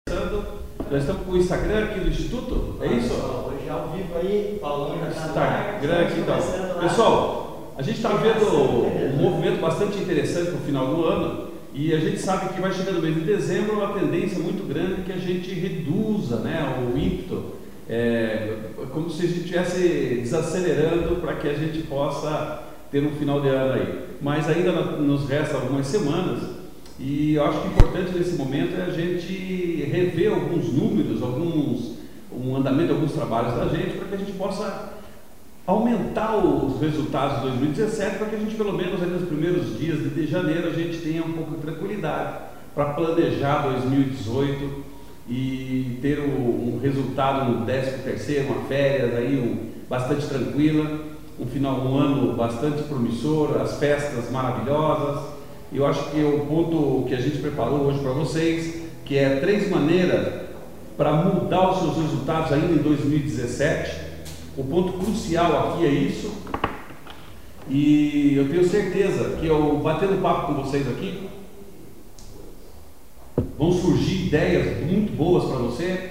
Já estamos com o Instagram aqui do Instituto, é isso? Hoje ao vivo aí, Paulão já está Instagram aqui então. Pessoal, a gente está vendo um movimento bastante interessante no final do ano e a gente sabe que vai chegando o mês de dezembro uma tendência muito grande que a gente reduza, né, o ímpeto, como se a gente estivesse desacelerando para que a gente possa ter um final de ano aí. Mas ainda nos resta algumas semanas. E eu acho que importante nesse momento é a gente rever alguns números, um andamento de alguns trabalhos da gente, para que a gente possa aumentar os resultados de 2017, para que a gente, pelo menos ali nos primeiros dias de janeiro, a gente tenha um pouco de tranquilidade para planejar 2018 e ter um resultado, um 13º, uma férias aí, bastante tranquila, um ano bastante promissor, as festas maravilhosas. Eu acho que o ponto que a gente preparou hoje para vocês, que é 3 maneiras para mudar os seus resultados ainda em 2017. O ponto crucial aqui é isso. E eu tenho certeza que eu batendo papo com vocês aqui, vão surgir ideias muito boas para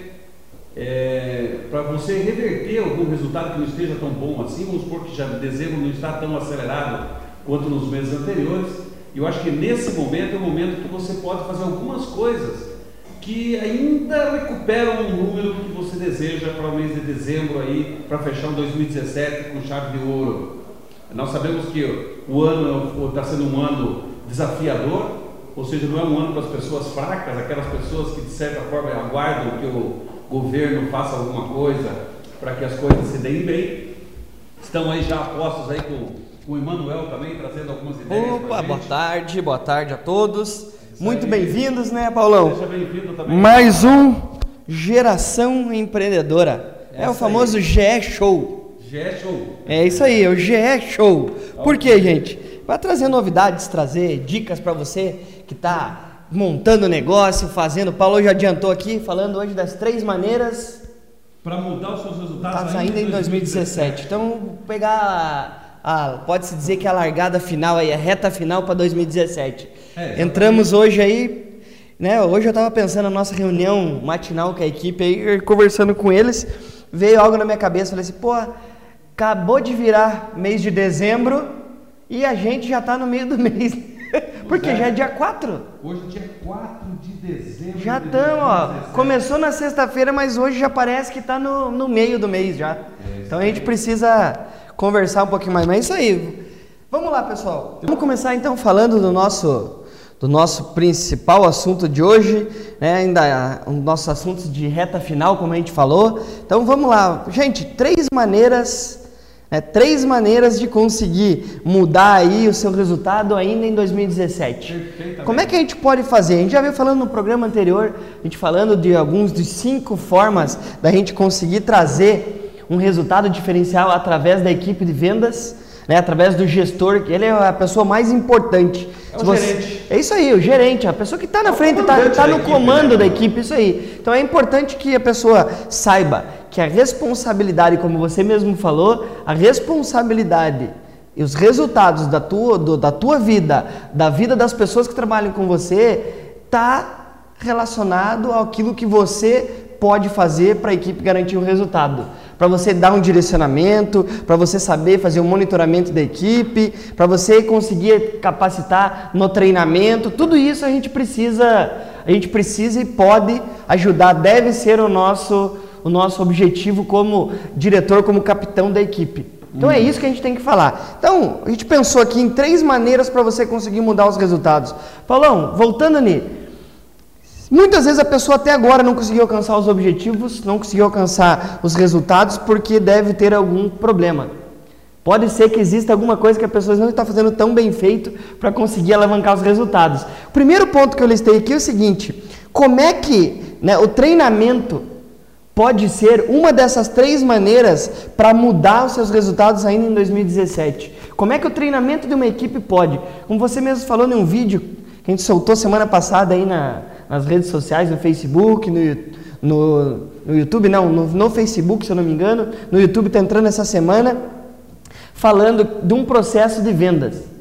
você reverter algum resultado que não esteja tão bom assim. Vamos supor que já dezembro não está tão acelerado quanto nos meses anteriores. E eu acho que nesse momento é o momento que você pode fazer algumas coisas que ainda recuperam um número que você deseja para o mês de dezembro aí, para fechar um 2017 com chave de ouro. Nós sabemos que o ano está sendo um ano desafiador, ou seja, não é um ano para as pessoas fracas, aquelas pessoas que de certa forma aguardam que o governo faça alguma coisa para que as coisas se deem bem. Estão aí já apostos aí com o Emanuel também trazendo algumas ideias. Opa, boa tarde a todos. Muito bem-vindos, né, Paulão? Seja bem-vindo também. Mais um Geração Empreendedora. É o famoso GE Show. GE Show. É isso aí, é o GE Show. Por quê, gente? Para trazer novidades, trazer dicas para você que está montando negócio, fazendo. O Paulo já adiantou aqui, falando hoje das 3 maneiras para mudar os seus resultados ainda em 2017. Então, vou pegar pode-se dizer que a largada final aí, a reta final para 2017. Entramos hoje aí, né? Hoje eu estava pensando na nossa reunião matinal com a equipe aí, conversando com eles, veio algo na minha cabeça, falei assim, pô, acabou de virar mês de dezembro e a gente já está no meio do mês, porque já é dia 4. Hoje é dia 4 de dezembro. Já estamos, ó, começou na sexta-feira, mas hoje já parece que está no meio do mês já. Então a gente precisa conversar um pouquinho mais, mas é isso aí. Vamos lá, pessoal. Vamos começar então falando do nosso principal assunto de hoje, né? Ainda um dos nossos assuntos de reta final, como a gente falou. Então vamos lá, gente. 3 maneiras de conseguir mudar aí o seu resultado ainda em 2017. Como é que a gente pode fazer? A gente já veio falando no programa anterior, a gente falando de alguns dos 5 formas da gente conseguir trazer um resultado diferencial através da equipe de vendas, né, através do gestor, que ele é a pessoa mais importante. Gerente. É isso aí, o gerente, a pessoa que está na frente, está no comando da equipe, isso aí. Então é importante que a pessoa saiba que a responsabilidade, como você mesmo falou, a responsabilidade e os resultados da tua vida, da vida das pessoas que trabalham com você, está relacionado àquilo que você pode fazer para a equipe garantir um resultado. Para você dar um direcionamento, para você saber fazer um monitoramento da equipe, para você conseguir capacitar no treinamento, tudo isso a gente precisa e pode ajudar, deve ser o nosso objetivo como diretor, como capitão da equipe. Então é isso que a gente tem que falar. Então, a gente pensou aqui em 3 maneiras para você conseguir mudar os resultados. Paulão, voltando ali. Muitas vezes a pessoa até agora não conseguiu alcançar os objetivos, não conseguiu alcançar os resultados porque deve ter algum problema. Pode ser que exista alguma coisa que a pessoa não está fazendo tão bem feito para conseguir alavancar os resultados. O primeiro ponto que eu listei aqui é o seguinte: como é que, né, o treinamento pode ser uma dessas 3 maneiras para mudar os seus resultados ainda em 2017? Como é que o treinamento de uma equipe pode? Como você mesmo falou em um vídeo que a gente soltou semana passada aí nas redes sociais, no Facebook, no YouTube, não, no Facebook, se eu não me engano, no YouTube está entrando essa semana, falando de um processo de vendas.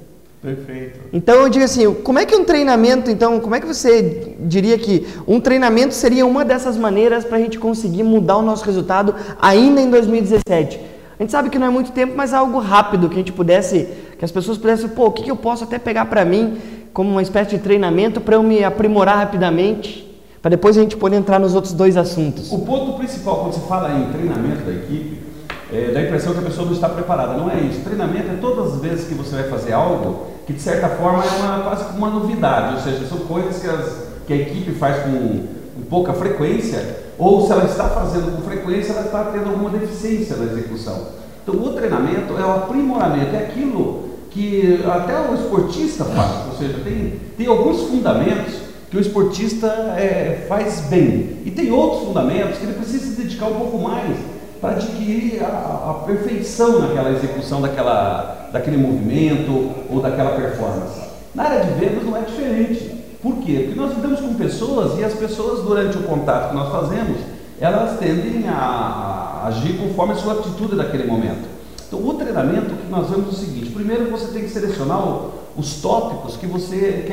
Perfeito. Então eu digo assim, como é que um treinamento, então, como é que você diria que um treinamento seria uma dessas maneiras para a gente conseguir mudar o nosso resultado ainda em 2017? A gente sabe que não é muito tempo, mas algo rápido que a gente pudesse, que as pessoas pudessem, pô, o que eu posso até pegar para mim como uma espécie de treinamento para eu me aprimorar rapidamente, para depois a gente poder entrar nos outros dois assuntos. O ponto principal quando você fala em treinamento da equipe, dá a impressão que a pessoa não está preparada. Não é isso. Treinamento é todas as vezes que você vai fazer algo que de certa forma é quase como uma novidade, ou seja, são coisas que a equipe faz com pouca frequência, ou se ela está fazendo com frequência, ela está tendo alguma deficiência na execução. Então o treinamento é o aprimoramento, é aquilo que até o esportista faz, ou seja, tem alguns fundamentos que o esportista faz bem, e tem outros fundamentos que ele precisa se dedicar um pouco mais para adquirir a perfeição naquela execução daquele movimento ou daquela performance. Na área de vendas não é diferente. Por quê? Porque nós lidamos com pessoas e as pessoas, durante o contato que nós fazemos, elas tendem a agir conforme a sua atitude naquele momento. Então, o treinamento que nós vemos é o seguinte: primeiro você tem que selecionar os tópicos que você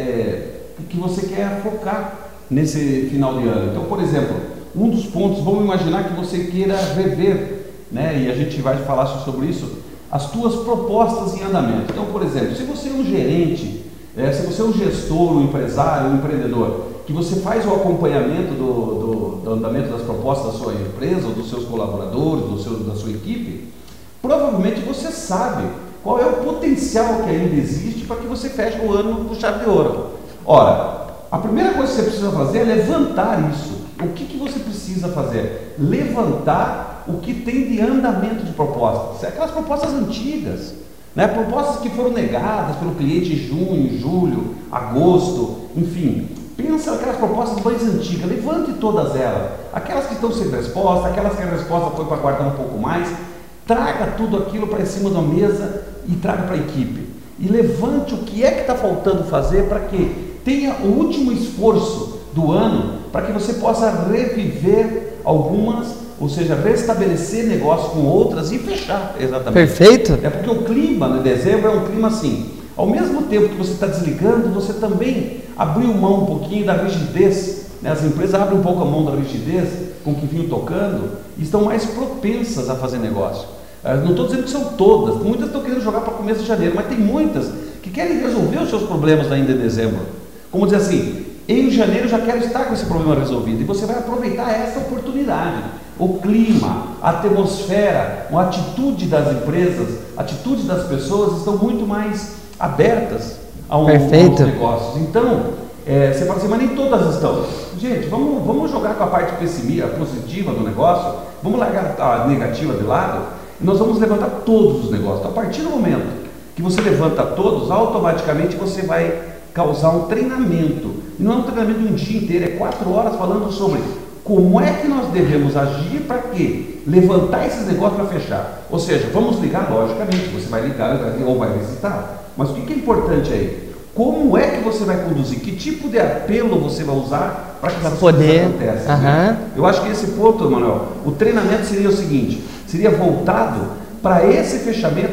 quer focar nesse final de ano. Então, por exemplo, um dos pontos, vamos imaginar que você queira rever, né, e a gente vai falar sobre isso, as tuas propostas em andamento. Então, por exemplo, se você é um gerente, se você é um gestor, um empresário, um empreendedor, que você faz o acompanhamento do andamento das propostas da sua empresa, ou dos seus colaboradores, da sua equipe, provavelmente você sabe qual é o potencial que ainda existe para que você feche o ano com chave de ouro. Ora, a primeira coisa que você precisa fazer é levantar isso. O que você precisa fazer? Levantar o que tem de andamento de propostas. Aquelas propostas antigas, né? Propostas que foram negadas pelo cliente em junho, julho, agosto, enfim. Pensa naquelas propostas mais antigas, levante todas elas. Aquelas que estão sem resposta, aquelas que a resposta foi para guardar um pouco mais. Traga tudo aquilo para cima da mesa e traga para a equipe. E levante o que é que está faltando fazer para que tenha o último esforço do ano, para que você possa reviver algumas, ou seja, restabelecer negócio com outras e fechar, exatamente. Perfeito. É porque o clima de dezembro é um clima assim, ao mesmo tempo que você está desligando, você também abriu mão um pouquinho da rigidez, né? As empresas abrem um pouco a mão da rigidez com que vinham tocando e estão mais propensas a fazer negócio. Não estou dizendo que são todas, muitas estão querendo jogar para começo de janeiro, mas tem muitas que querem resolver os seus problemas ainda em dezembro. Como dizer assim, em janeiro já quero estar com esse problema resolvido, e você vai aproveitar essa oportunidade. O clima, a atmosfera, a atitude das empresas, a atitude das pessoas estão muito mais abertas aos negócios. Então, você fala assim, mas nem todas estão. Gente, vamos jogar com a parte positiva do negócio, vamos largar a negativa de lado, e nós vamos levantar todos os negócios. Então, a partir do momento que você levanta todos, automaticamente você vai causar um treinamento. E não é um treinamento de um dia inteiro, é 4 horas falando sobre como é que nós devemos agir para quê? Levantar esses negócios para fechar. Ou seja, vamos ligar, logicamente, você vai ligar ou vai visitar. Mas o que é importante aí? Como é que você vai conduzir? Que tipo de apelo você vai usar para que essas coisas aconteçam? Né? Eu acho que esse ponto, Manuel, o treinamento seria o seguinte, seria voltado para esse fechamento,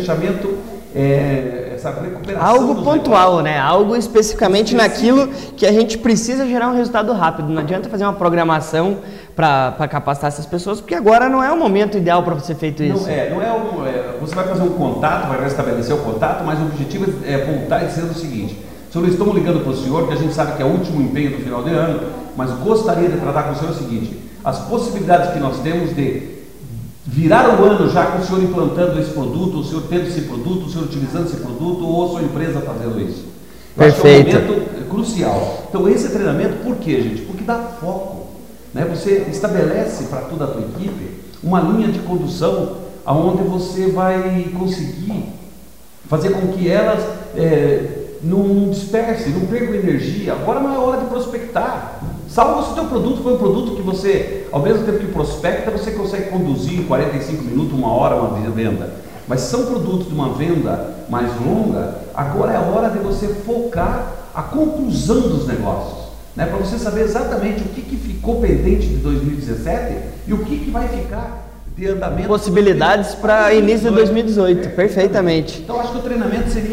essa recuperação. Algo pontual, né? Algo especificamente naquilo que a gente precisa gerar um resultado rápido. Não adianta fazer uma programação para capacitar essas pessoas, porque agora não é o momento ideal para ser feito isso. Você vai fazer um contato, vai restabelecer o contato, mas o objetivo é voltar e dizer o seguinte: senhor, estamos ligando para o senhor, que a gente sabe que é o último empenho do final de ano, mas gostaria de tratar com o senhor o seguinte: as possibilidades que nós temos de virar o ano já com o senhor implantando esse produto, o senhor tendo esse produto, o senhor utilizando esse produto, ou a sua empresa fazendo isso. Perfeito. Acho que é um momento crucial. Então esse treinamento, por quê, gente? Porque dá foco, né? Você estabelece para toda a tua equipe uma linha de condução aonde você vai conseguir fazer com que elas não dispersem, não percam energia. Agora não é hora de prospectar. Salvo se o teu produto foi um produto que você, ao mesmo tempo que prospecta, você consegue conduzir em 45 minutos, 1 hora uma venda. Mas se são produtos de uma venda mais longa, agora é a hora de você focar a conclusão dos negócios, né? Para você saber exatamente o que ficou pendente de 2017 e o que vai ficar de andamento. Possibilidades para início de 2018, perfeitamente. Então acho que o treinamento seria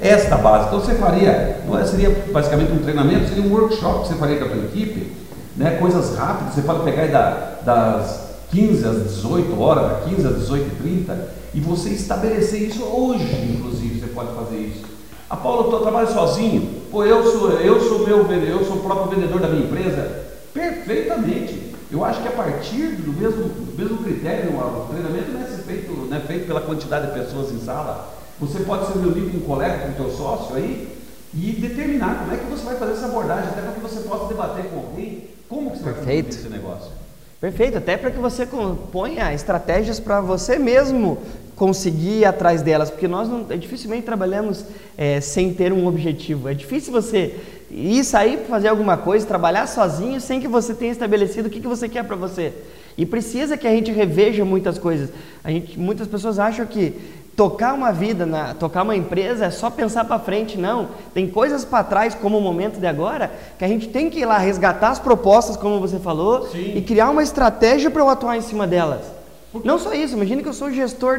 esta base. Então você faria, seria basicamente um treinamento, seria um workshop que você faria com a tua equipe, né? Coisas rápidas, você pode pegar das 15 às 18 horas, das 15 às 18h30, e você estabelecer isso hoje, inclusive, você pode fazer isso. Paulo, eu trabalho sozinho, pô, eu sou o próprio vendedor da minha empresa. Perfeitamente. Eu acho que a partir do mesmo critério, o treinamento não é feito pela quantidade de pessoas em sala. Você pode se reunir com um colega, com o teu sócio aí, e determinar como é que você vai fazer essa abordagem, até para que você possa debater com alguém como que você vai fazer esse negócio. Perfeito, até para que você ponha estratégias para você mesmo conseguir ir atrás delas, porque nós dificilmente trabalhamos sem ter um objetivo. É difícil você sair para fazer alguma coisa, trabalhar sozinho, sem que você tenha estabelecido o que você quer para você. E precisa que a gente reveja muitas coisas. Muitas pessoas acham que tocar uma vida, tocar uma empresa é só pensar para frente. Não, tem coisas para trás, como o momento de agora, que a gente tem que ir lá resgatar as propostas, como você falou, sim, e criar uma estratégia para eu atuar em cima delas. Não só isso, imagine que eu sou gestor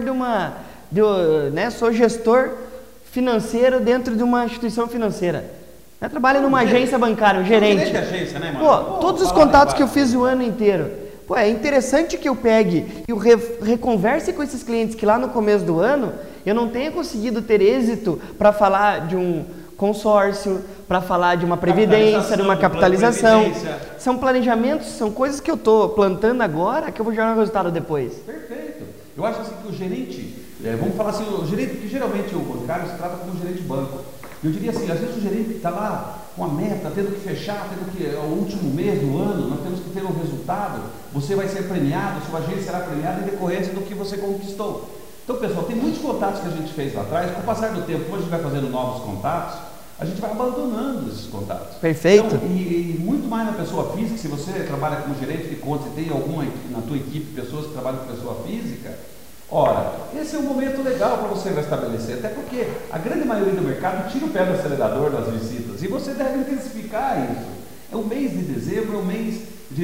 sou gestor financeiro dentro de uma instituição financeira. Eu trabalho numa agência bancária, um gerente. Agência, né, mano? Todos os contatos que eu fiz o ano inteiro. É interessante que eu pegue e eu reconverse com esses clientes que lá no começo do ano eu não tenha conseguido ter êxito para falar de um consórcio, para falar de uma previdência, de uma capitalização. São planejamentos, são coisas que eu estou plantando agora que eu vou gerar um resultado depois. Perfeito. Eu acho assim que o gerente, vamos falar assim, o gerente, que geralmente o bancário se trata como um gerente de banco. Eu diria assim, às vezes o gerente está lá com a meta, tendo que fechar, o último mês do ano, nós temos que ter um resultado, você vai ser premiado, sua agência será premiada em decorrência do que você conquistou. Então, pessoal, tem muitos contatos que a gente fez lá atrás, com o passar do tempo, como a gente vai fazendo novos contatos, a gente vai abandonando esses contatos. Perfeito. Então, e muito mais na pessoa física, se você trabalha como gerente de contas e tem alguma na tua equipe pessoas que trabalham com pessoa física, ora, esse é um momento legal para você restabelecer, até porque a grande maioria do mercado tira o pé do acelerador das visitas, e você deve intensificar isso. O mês de dezembro é um mês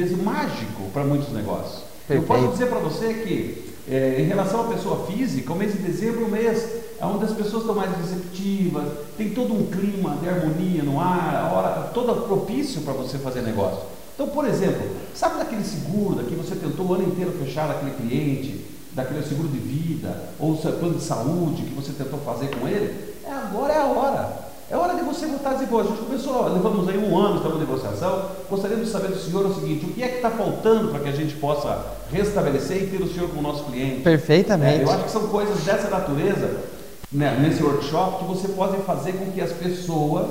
mágico para muitos negócios. Perfeito. Eu posso dizer para você que, em relação à pessoa física, o mês de dezembro é um mês onde as pessoas estão mais receptivas, tem todo um clima de harmonia no ar, a hora toda propício para você fazer negócio. Então, por exemplo, sabe daquele seguro, que você tentou o ano inteiro fechar daquele cliente, daquele seguro de vida, ou o seu plano de saúde que você tentou fazer com ele? Agora é a hora. É hora de você voltar a dizer, a gente começou, levamos aí um ano, estamos em negociação, gostaríamos de saber do senhor o seguinte, o que é que está faltando para que a gente possa restabelecer e ter o senhor como nosso cliente? Perfeitamente. Eu acho que são coisas dessa natureza, né, nesse workshop, que você pode fazer com que as pessoas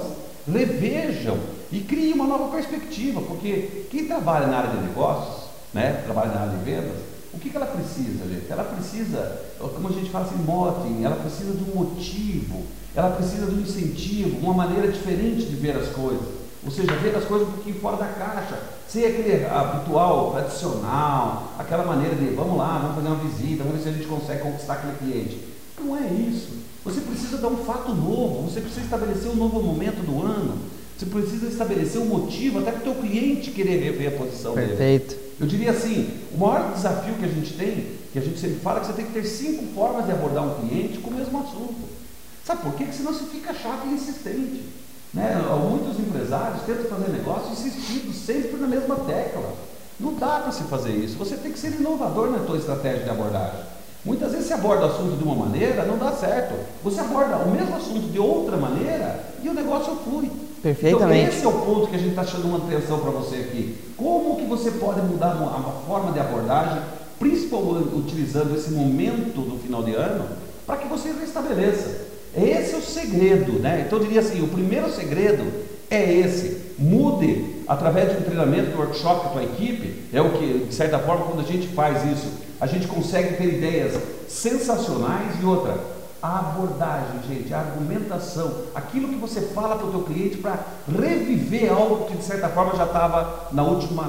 revejam e criem uma nova perspectiva, porque quem trabalha na área de negócios, né, trabalha na área de vendas, o que ela precisa, gente? Ela precisa, como a gente fala assim, moting, ela precisa de um motivo, ela precisa de um incentivo, uma maneira diferente de ver as coisas, ou seja, ver as coisas um pouquinho fora da caixa, sem aquele habitual, tradicional, aquela maneira de, vamos lá, vamos fazer uma visita, vamos ver se a gente consegue conquistar aquele cliente. Não é isso. Você precisa dar um fato novo, você precisa estabelecer um novo momento do ano, você precisa estabelecer um motivo até para o teu cliente querer rever a posição dele. Perfeito. Eu diria assim, o maior desafio que a gente tem, que a gente sempre fala, é que você tem que ter 5 formas de abordar um cliente com o mesmo assunto. Sabe por quê? Porque senão você fica chato e insistente. Né? Muitos empresários tentam fazer negócio insistindo sempre na mesma tecla. Não dá para se fazer isso. Você tem que ser inovador na tua estratégia de abordagem. Muitas vezes você aborda o assunto de uma maneira, não dá certo. Você aborda o mesmo assunto de outra maneira e o negócio flui. Perfeitamente. Então esse é o ponto que a gente está chamando uma atenção para você aqui. Como que você pode mudar a forma de abordagem, principalmente utilizando esse momento do final de ano, para que você restabeleça. Esse é o segredo, né? Então eu diria assim, o primeiro segredo é esse. Mude através de um treinamento, de um workshop com a tua equipe. É o que, de certa forma, quando a gente faz isso, a gente consegue ter ideias sensacionais. E outra, a abordagem, gente, a argumentação, aquilo que você fala para o teu cliente para reviver algo que de certa forma já estava na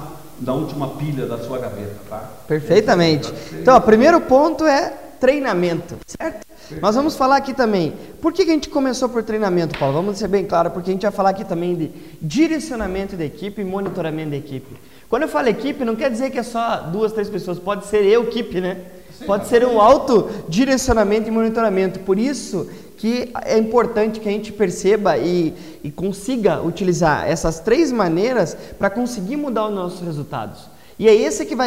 última pilha da sua gaveta, tá? Perfeitamente. Então, o primeiro ponto é treinamento, certo? Nós vamos falar aqui também, por que a gente começou por treinamento, Paulo? Vamos ser bem claro, porque a gente vai falar aqui também de direcionamento da equipe e monitoramento da equipe. Quando eu falo equipe, não quer dizer que é só 2, 3 pessoas, pode ser eu, equipe, né? Pode ser um autodirecionamento e monitoramento. Por isso que é importante que a gente perceba e consiga utilizar essas 3 maneiras para conseguir mudar os nossos resultados. E é esse que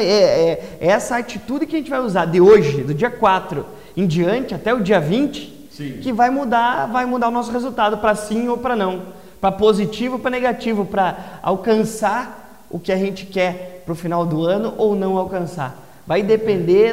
essa atitude que a gente vai usar de hoje, do dia 4 em diante, até o dia 20, sim, que vai mudar o nosso resultado para sim ou para não, para positivo ou para negativo, para alcançar o que a gente quer para o final do ano ou não alcançar. Vai depender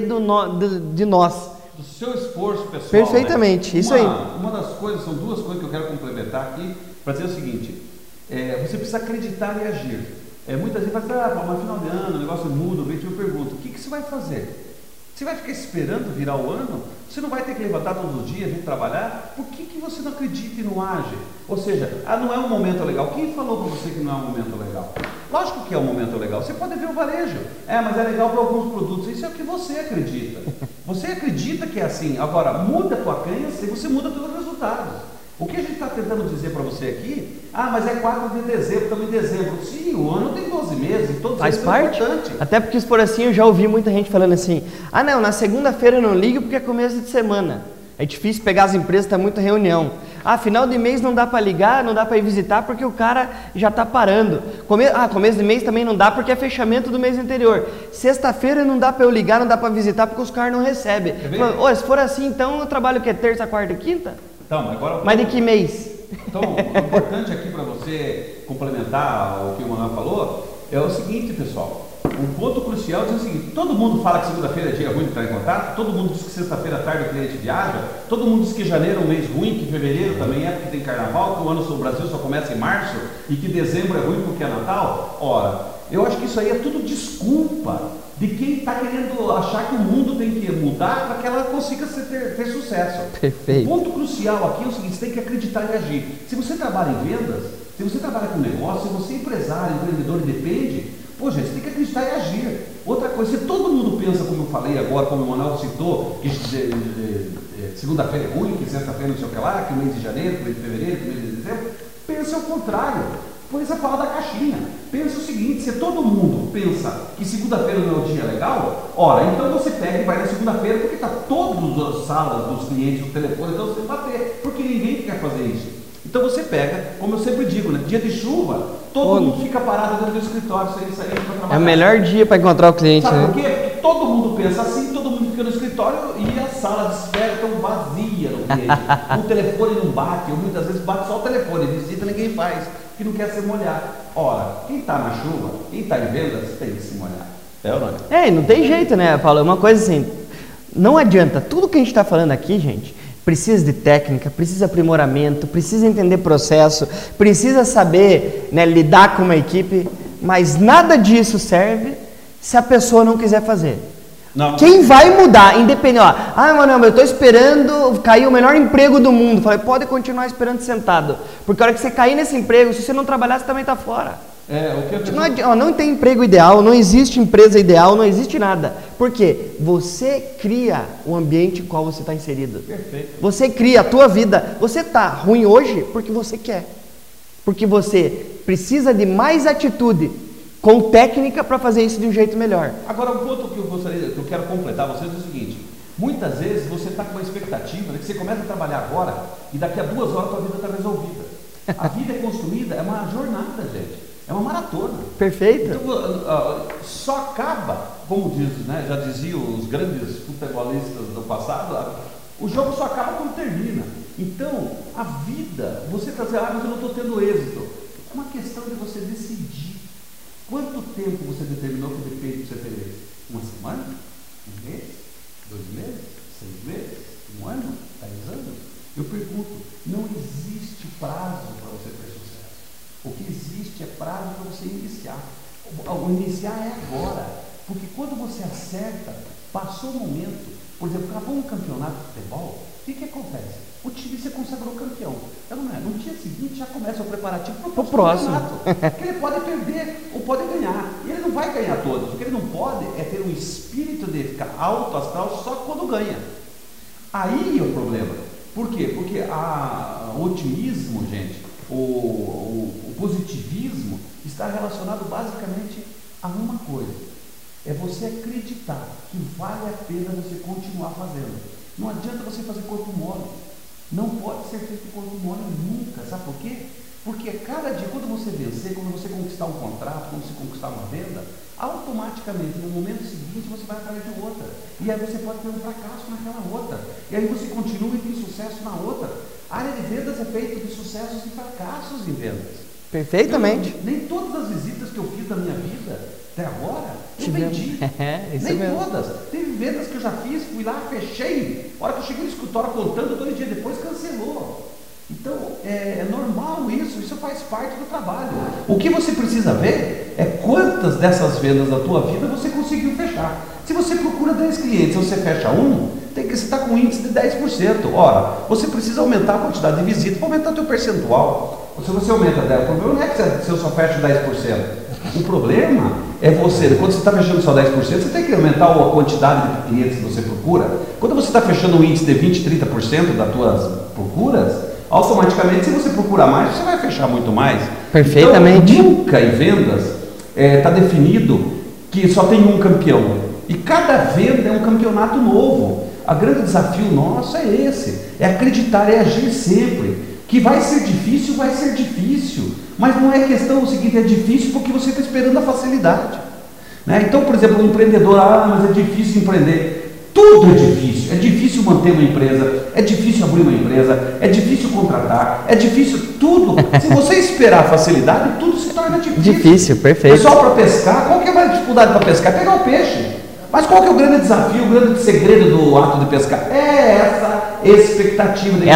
de nós. Do seu esforço pessoal. Perfeitamente, né? Isso aí. Uma das coisas, são 2 coisas que eu quero complementar aqui, para dizer o seguinte, você precisa acreditar e agir. Muitas vezes vai falar, mas final de ano, o negócio muda, eu pergunto, o que você vai fazer? Você vai ficar esperando virar o ano? Você não vai ter que levantar todos os dias, vir trabalhar? Por que você não acredita e não age? Ou seja, não é um momento legal. Quem falou para você que não é um momento legal? Lógico que é um momento legal. Você pode ver o varejo. Mas é legal para alguns produtos. Isso é o que você acredita. Você acredita que é assim. Agora, muda a tua crença e você muda todos os resultados. O que a gente está tentando dizer para você aqui, mas é 4 de dezembro, estamos em dezembro. Sim, o ano tem 12 meses, todos faz eles parte. São importantes. Até porque se for assim, eu já ouvi muita gente falando assim, não, na segunda-feira eu não ligo porque é começo de semana. É difícil pegar as empresas, está muita reunião. Final de mês não dá para ligar, não dá para ir visitar porque o cara já está parando. Começo de mês também não dá porque é fechamento do mês anterior. Sexta-feira não dá para eu ligar, não dá para visitar porque os caras não recebem. Se for assim, então eu trabalho o quê? Terça, quarta e quinta? Então, agora, mas de que mês? Então, o importante aqui para você complementar o que o Manuel falou é o seguinte, pessoal. Um ponto crucial é o seguinte: todo mundo fala que segunda-feira é dia ruim de estar em contato, todo mundo diz que sexta-feira à tarde o cliente viaja, todo mundo diz que janeiro é um mês ruim, que fevereiro também é porque tem carnaval, que o ano no Brasil só começa em março e que dezembro é ruim porque é Natal. Ora, eu acho que isso aí é tudo desculpa de quem está querendo achar que o mundo tem que mudar para que ela consiga ter sucesso. Perfeito. O ponto crucial aqui é o seguinte: você tem que acreditar e agir. Se você trabalha em vendas, se você trabalha com negócio, se você é empresário, empreendedor e depende, você tem que acreditar e agir. Outra coisa, se todo mundo pensa, como eu falei agora, como o Manuel citou, que segunda-feira é ruim, que sexta-feira não sei o que lá, que o mês de janeiro, que o mês de fevereiro, que o mês de dezembro, pense ao contrário. Pensa fora da caixinha. Pensa o seguinte: se todo mundo pensa que segunda-feira não é um dia legal, então você pega e vai na segunda-feira porque está todas as salas dos clientes, do telefone, então você tem que bater, porque ninguém quer fazer isso. Então você pega, como eu sempre digo, né, dia de chuva, todo mundo fica parado dentro do escritório, sem sair para trabalhar. É o melhor dia para encontrar o cliente. Sabe por quê? Porque todo mundo pensa assim, todo mundo fica no escritório e as salas de espera estão vazias no cliente. O telefone não bate, ou muitas vezes bate só o telefone, visita ninguém faz, que não quer se molhar. Ora, quem está na chuva, quem está em vendas, tem que se molhar. É ou não é? Não tem jeito, né, Paulo? É uma coisa assim, não adianta. Tudo que a gente está falando aqui, gente, precisa de técnica, precisa de aprimoramento, precisa entender processo, precisa saber, né, lidar com uma equipe, mas nada disso serve se a pessoa não quiser fazer. Não. Quem vai mudar, independente, Manuel, eu estou esperando cair o melhor emprego do mundo. Falei, pode continuar esperando sentado, porque a hora que você cair nesse emprego, se você não trabalhar, você também está fora. Não tem emprego ideal, não existe empresa ideal, não existe nada. Por quê? Você cria o ambiente em qual você está inserido. Perfeito. Você cria a tua vida. Você está ruim hoje porque você quer. Porque você precisa de mais atitude com técnica para fazer isso de um jeito melhor. Agora, um ponto que eu quero completar vocês é o seguinte: muitas vezes você está com uma expectativa de que você começa a trabalhar agora e daqui a 2 horas a tua vida está resolvida. A vida é construída, é uma jornada, gente. É uma maratona. Perfeito. Então, só acaba, como diz, né, já diziam os grandes futebolistas do passado, o jogo só acaba quando termina. Então, a vida, você está dizendo, mas eu não estou tendo êxito. É uma questão de você decidir. Quanto tempo você determinou que depende de você ter êxito? Uma semana? Um mês? 2 meses? 6 meses? 1 ano? 10 anos? Eu pergunto, não existe prazo para você ter sucesso. O que existe é prazo para você iniciar. O iniciar é agora. Porque quando você acerta, passou o momento. Por exemplo, acabou um campeonato de futebol, o que acontece? O time se consagrou campeão. No dia seguinte já começa o preparativo para o próximo campeonato. Porque ele pode perder ou pode ganhar. E ele não vai ganhar todos. O que ele não pode é ter um espírito de ficar alto astral só quando ganha. Aí é o problema. Por quê? Porque o otimismo, gente, o positivismo está relacionado basicamente a uma coisa: é você você acreditar que vale a pena você continuar fazendo. Não adianta você fazer corpo mole. Não pode ser feito corpo mole nunca. Sabe por quê? Porque cada dia, quando você vencer, quando você conquistar um contrato, quando você conquistar uma venda, automaticamente, no momento seguinte, você vai atrás de outra. E aí você pode ter um fracasso naquela outra. E aí você continua e tem sucesso na outra. A área de vendas é feita de sucessos e fracassos em vendas. Perfeitamente. Nem todas as visitas que eu fiz na minha vida, até agora, eu vendi. Nem mesmo. todas. Teve vendas que eu já fiz, fui lá, fechei. A hora que eu cheguei no escritório contando, 2 dias depois cancelou. Então, é normal isso faz parte do trabalho. O que você precisa ver é quantas dessas vendas da tua vida você conseguiu fechar. Se você procura 10 clientes e você fecha um, você está com um índice de 10%. Ora, você precisa aumentar a quantidade de visitas para aumentar o teu percentual. Se você aumenta 10%, o problema não é que você só fecha 10%. O problema é você, quando você está fechando só 10%, você tem que aumentar a quantidade de clientes que você procura. Quando você está fechando um índice de 20%, 30% das tuas procuras, automaticamente, se você procurar mais, você vai fechar muito mais. Perfeitamente. Então, nunca em vendas está definido que só tem um campeão. E cada venda é um campeonato novo. O grande desafio nosso é esse, é acreditar, é agir sempre. Que vai ser difícil, mas não é questão o seguinte, é difícil porque você está esperando a facilidade, né? Então, por exemplo, um empreendedor, mas é difícil empreender. Tudo é difícil manter uma empresa, é difícil abrir uma empresa, é difícil contratar, é difícil tudo. Se você esperar facilidade, tudo se torna difícil. Difícil, perfeito. Pessoal, para pescar, qual que é a dificuldade para pescar? É pegar o peixe. Mas qual que é o grande desafio, o grande segredo do ato de pescar? É essa expectativa de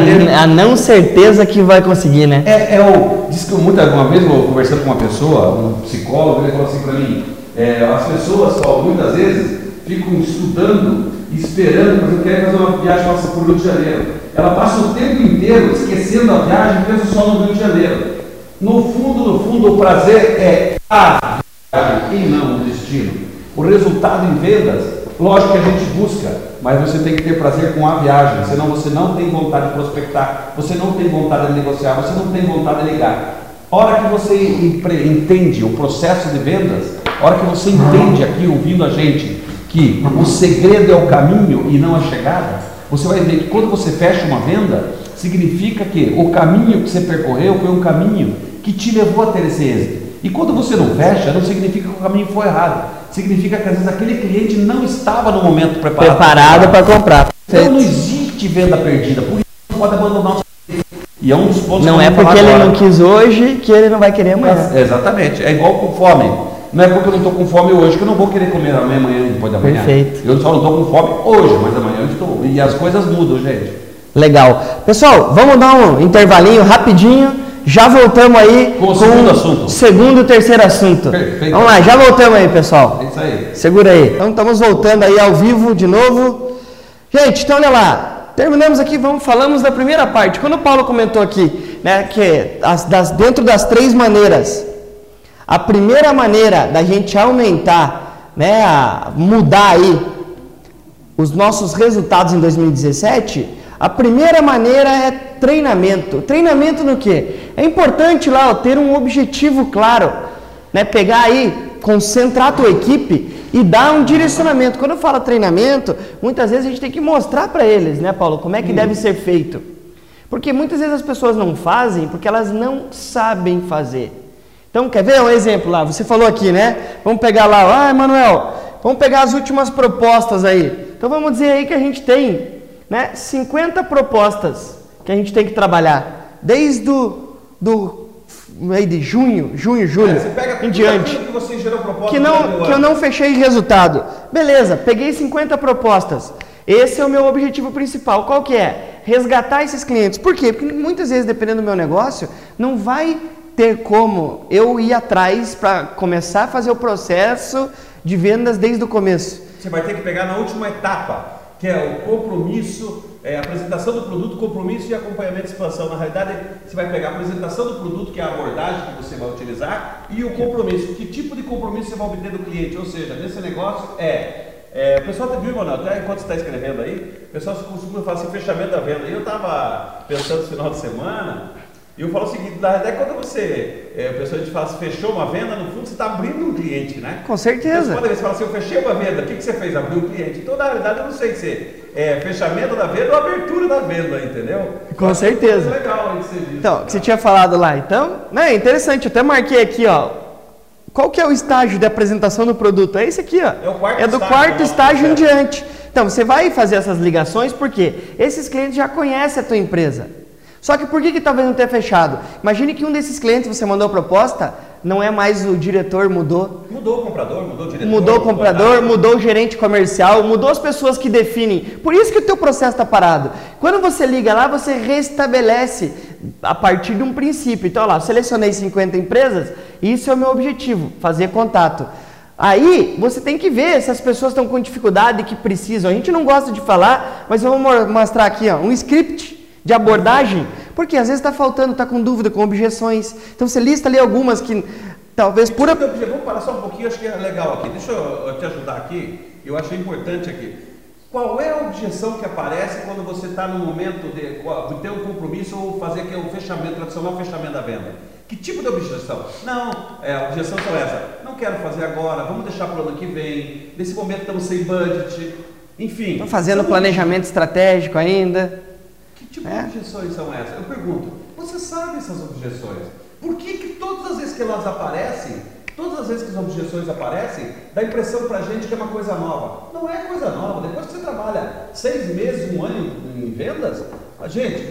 a não certeza que vai conseguir, né? Diz que uma vez eu conversando com uma pessoa, um psicólogo, ele falou assim para mim, as pessoas muitas vezes ficam estudando, esperando, por exemplo, querem fazer uma viagem para o Rio de Janeiro. Ela passa o tempo inteiro esquecendo a viagem, pensa só no Rio de Janeiro. No fundo, o prazer é a viagem e não o destino. O resultado em vendas, lógico que a gente busca, mas você tem que ter prazer com a viagem, senão você não tem vontade de prospectar, você não tem vontade de negociar, você não tem vontade de ligar. A hora que você entende o processo de vendas, a hora que você entende aqui, ouvindo a gente, que o segredo é o caminho e não a chegada, você vai ver que quando você fecha uma venda, significa que o caminho que você percorreu foi um caminho que te levou a ter esse êxito. E quando você não fecha, não significa que o caminho foi errado. Significa que às vezes aquele cliente não estava no momento preparado para comprar. Então não existe venda perdida, por isso não pode abandonar o serviço. E é um dos pontos. Não é porque ele não quis hoje que ele não vai querer amanhã. Exatamente, é igual com fome. Não é porque eu não estou com fome hoje que eu não vou querer comer amanhã e depois da manhã. Perfeito. Eu só não estou com fome hoje, mas amanhã eu estou. E as coisas mudam, gente. Legal. Pessoal, vamos dar um intervalinho rapidinho. Já voltamos aí com o segundo assunto. Segundo e terceiro assunto. Perfeito. Vamos lá, já voltamos aí, pessoal. É isso aí. Segura aí. Então estamos voltando aí ao vivo de novo. Gente, então olha lá. Terminamos aqui, falamos da primeira parte. Quando o Paulo comentou aqui, né, que dentro das 3 maneiras, a primeira maneira da gente aumentar, né, mudar aí os nossos resultados em 2017, a primeira maneira é treinamento. Treinamento no quê? É importante lá ter um objetivo claro, né? Pegar aí, concentrar a tua equipe e dar um direcionamento. Quando eu falo treinamento, muitas vezes a gente tem que mostrar para eles, né, Paulo, como é que deve ser feito. Porque muitas vezes as pessoas não fazem porque elas não sabem fazer. Então, quer ver um exemplo lá? Você falou aqui, né? Vamos pegar lá, Emanuel, vamos pegar as últimas propostas aí. Então vamos dizer aí que a gente tem, né, 50 propostas que a gente tem que trabalhar, desde de junho, julho, você pega em diante, que você gerou proposta que eu não fechei resultado. Beleza, peguei 50 propostas. Esse é o meu objetivo principal. Qual que é? Resgatar esses clientes. Por quê? Porque muitas vezes, dependendo do meu negócio, não vai ter como eu ir atrás para começar a fazer o processo de vendas desde o começo. Você vai ter que pegar na última etapa, que é o compromisso, a apresentação do produto, compromisso e acompanhamento de expansão. Na realidade, você vai pegar a apresentação do produto, que é a abordagem que você vai utilizar, e o compromisso. Que tipo de compromisso você vai obter do cliente? Ou seja, nesse negócio o pessoal viu, mano, até enquanto você está escrevendo aí, o pessoal costuma falar assim, fechamento da venda. E eu estava pensando no final de semana, E eu falo o seguinte, na verdade, quando você, a pessoa te fala, fechou uma venda, no fundo você está abrindo um cliente, né? Com certeza. Então, você fala assim, eu fechei uma venda, o que você fez? Abriu um cliente. Então, na verdade, eu não sei se é fechamento da venda ou abertura da venda, entendeu? Com certeza. É legal isso. Então, o que você tinha falado lá, então, né, interessante, eu até marquei aqui, ó. Qual que é o estágio de apresentação do produto? É esse aqui, ó. É do quarto estágio em diante. Então, você vai fazer essas ligações porque esses clientes já conhecem a tua empresa. Só que por que talvez não tenha fechado? Imagine que um desses clientes você mandou a proposta, não é mais o diretor, mudou. Mudou o comprador, mudou o diretor. Mudou o comprador, mudou o gerente comercial, mudou as pessoas que definem. Por isso que o teu processo está parado. Quando você liga lá, você restabelece a partir de um princípio. Então, olha lá, eu selecionei 50 empresas e isso é o meu objetivo, fazer contato. Aí, você tem que ver se as pessoas estão com dificuldade que precisam. A gente não gosta de falar, mas eu vou mostrar aqui, ó, um script de abordagem, porque às vezes está faltando, está com dúvida, com objeções. Então você lista ali algumas que talvez por... Vamos parar só um pouquinho, acho que é legal aqui. Deixa eu te ajudar aqui, eu achei importante aqui. Qual é a objeção que aparece quando você está no momento de ter um compromisso ou fazer aqui um fechamento, tradicional fechamento da venda? Que tipo de objeção? Não, a objeção são essa. Não quero fazer agora, vamos deixar para o ano que vem. Nesse momento estamos sem budget. Enfim. Estão fazendo planejamento estratégico ainda. Que tipo de objeções são essas? Eu pergunto, você sabe essas objeções? Por que todas as vezes que elas aparecem, todas as vezes que as objeções aparecem, dá a impressão pra gente que é uma coisa nova? Não é coisa nova. Depois que você trabalha 6 meses, 1 ano em vendas, gente, 99%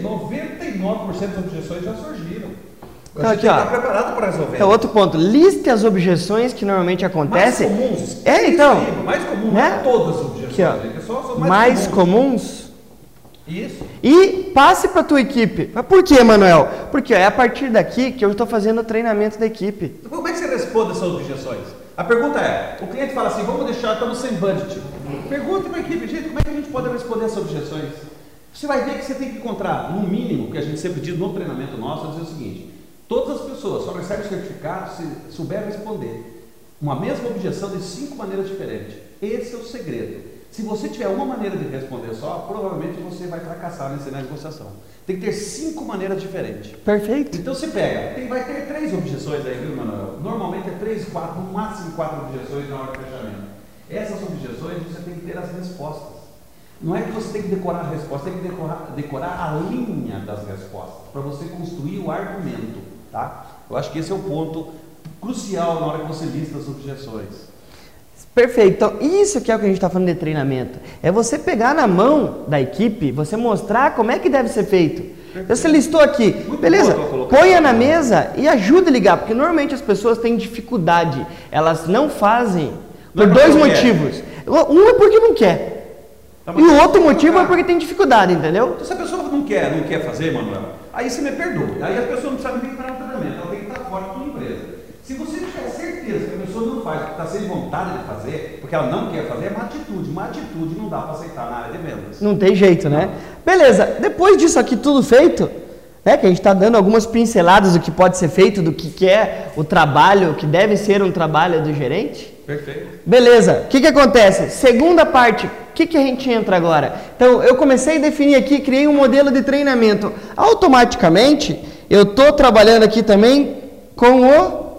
das objeções já surgiram. Então, aqui, está preparado para resolver. Então, outro ponto, liste as objeções que normalmente acontecem. Mais comuns. Então. Mais comuns, né? Não todas as objeções. Aqui, ó, só mais comuns. Isso. E passe para a tua equipe. Mas por que, Manuel? Porque é a partir daqui que eu estou fazendo o treinamento da equipe. Então, como é que você responde essas objeções? A pergunta é, o cliente fala assim, vamos deixar, estamos sem budget. Pergunte para a equipe, gente, como é que a gente pode responder essas objeções? Você vai ver que você tem que encontrar, no mínimo, que a gente sempre diz no treinamento nosso, é dizer o seguinte, todas as pessoas só recebem o certificado se souber responder uma mesma objeção de 5 maneiras diferentes. Esse é o segredo. Se você tiver uma maneira de responder só, provavelmente você vai fracassar na negociação. Tem que ter 5 maneiras diferentes. Perfeito. Então você pega, vai ter 3 objeções aí, viu, Manuel? Normalmente é 3, 4, no máximo 4 objeções na hora de fechamento. Essas objeções você tem que ter as respostas. Não é que você tem que decorar a resposta, tem que decorar a linha das respostas, para você construir o argumento, tá? Eu acho que esse é o ponto crucial na hora que você lista as objeções. Perfeito. Então, isso que é o que a gente está falando de treinamento. É você pegar na mão da equipe, você mostrar como é que deve ser feito. Então, você listou aqui, muito beleza? Ponha na mesa e ajude a ligar, porque normalmente as pessoas têm dificuldade. Elas não fazem por 2 motivos. Um é porque não quer. E o outro motivo é porque tem dificuldade, entendeu? Então, se a pessoa não quer fazer, Manuel, aí você me perdoa. Aí a pessoa não sabe nem para o treinamento, ela tem que estar fora da sua empresa. Se você tiver certeza que a pessoa não faz, porque está sem vontade de fazer, porque ela não quer fazer, é uma atitude. Uma atitude não dá para aceitar na área de vendas. Não tem jeito, né? Beleza, depois disso aqui tudo feito, né, que a gente está dando algumas pinceladas do que pode ser feito, do que é o trabalho, que deve ser um trabalho do gerente. Perfeito. Beleza, o que acontece? Segunda parte, o que a gente entra agora? Então, eu comecei a definir aqui, criei um modelo de treinamento. Automaticamente, eu estou trabalhando aqui também com o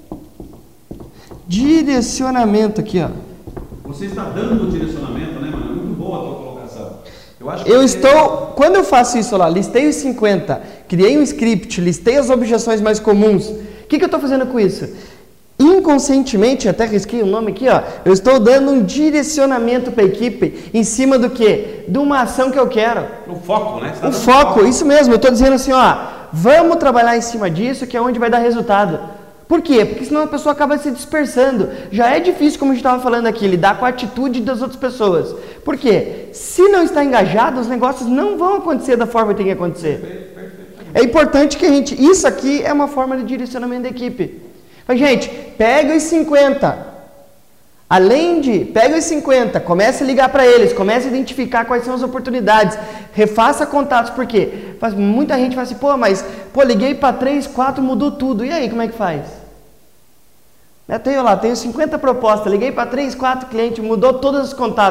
direcionamento aqui, ó. Você está dando o direcionamento, né, mano? Muito boa a tua colocação. Eu acho que quando eu faço isso lá, listei os 50, criei um script, listei as objeções mais comuns. O que eu estou fazendo com isso? Inconscientemente, até risquei o nome aqui, ó. Eu estou dando um direcionamento para a equipe em cima do quê? De uma ação que eu quero. O foco, né? O foco, isso mesmo. Eu estou dizendo assim, ó, vamos trabalhar em cima disso, que é onde vai dar resultado. Por quê? Porque senão a pessoa acaba se dispersando. Já é difícil, como a gente estava falando aqui, lidar com a atitude das outras pessoas. Por quê? Se não está engajado, os negócios não vão acontecer da forma que tem que acontecer. É importante que a gente... Isso aqui é uma forma de direcionamento da equipe. Mas, gente, pega os 50. Pega os 50, comece a ligar para eles, comece a identificar quais são as oportunidades, refaça contatos, por quê? Muita gente fala assim, liguei para 3, 4, mudou tudo, e aí, como é que faz? Tenho 50 propostas, liguei para 3, 4 clientes, mudou todos os contatos,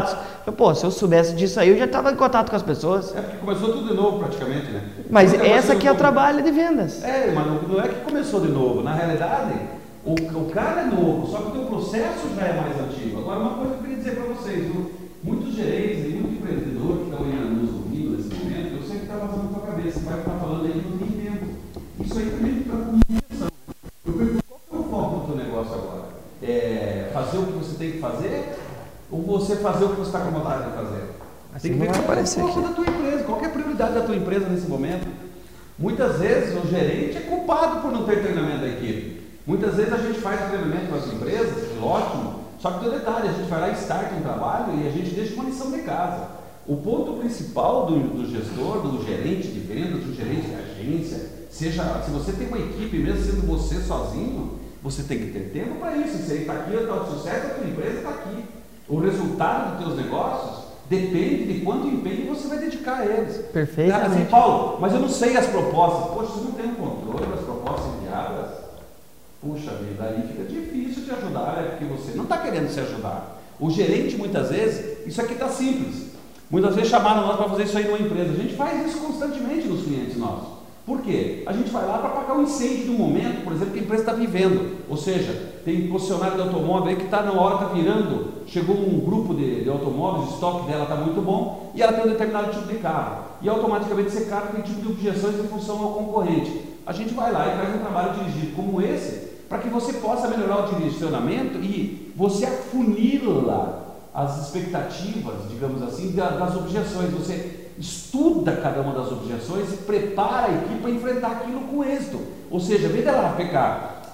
Pô, se eu soubesse disso aí, eu já estava em contato com as pessoas. Porque começou tudo de novo praticamente, né? Mas essa aqui é o trabalho de vendas. Mas não é que começou de novo. Na realidade, o cara é novo, só que o teu processo já é mais antigo. Agora, uma coisa que eu queria dizer para vocês, viu? Muitos gerentes e muito empreendedor que estão aí nos ouvindo nesse momento, eu sei que está passando na tua cabeça, vai estar falando aí que não tem tempo. Isso aí também está com comunicação. Eu pergunto, qual é o foco do teu negócio agora? Fazer o que você tem que fazer ou você fazer o que você está com vontade de fazer? Assim tem que ver não vai qual é o foco da tua empresa, qual é a prioridade da tua empresa nesse momento. Muitas vezes o gerente é culpado por não ter treinamento da equipe. Muitas vezes a gente faz treinamento para as empresas, ótimo, só que tem um detalhe, a gente vai lá e start um trabalho e a gente deixa uma lição de casa. O ponto principal do gestor, do gerente de vendas, do gerente de agência, se você tem uma equipe, mesmo sendo você sozinho, você tem que ter tempo para isso. Se ele está aqui, o sucesso da tua empresa está aqui. O resultado dos teus negócios depende de quanto empenho você vai dedicar a eles. Perfeitamente. Assim, Paulo, mas eu não sei as propostas. Poxa, você não tem um controle das propostas enviadas? Puxa vida, aí fica difícil te ajudar, porque você não está querendo se ajudar. O gerente, muitas vezes, isso aqui está simples. Muitas vezes chamaram nós para fazer isso aí numa empresa. A gente faz isso constantemente nos clientes nossos. Por quê? A gente vai lá para apagar um incêndio do momento, por exemplo, que a empresa está vivendo. Ou seja, tem concessionário de automóvel aí que está na hora, está virando, chegou um grupo de automóveis, o estoque dela está muito bom, e ela tem um determinado tipo de carro. E automaticamente esse carro tem tipo de objeções em função ao concorrente. A gente vai lá e faz um trabalho dirigido como esse, para que você possa melhorar o direcionamento e você afunila as expectativas, digamos assim, das objeções. Você estuda cada uma das objeções e prepara a equipe para enfrentar aquilo com êxito. Ou seja, em vez dela ficar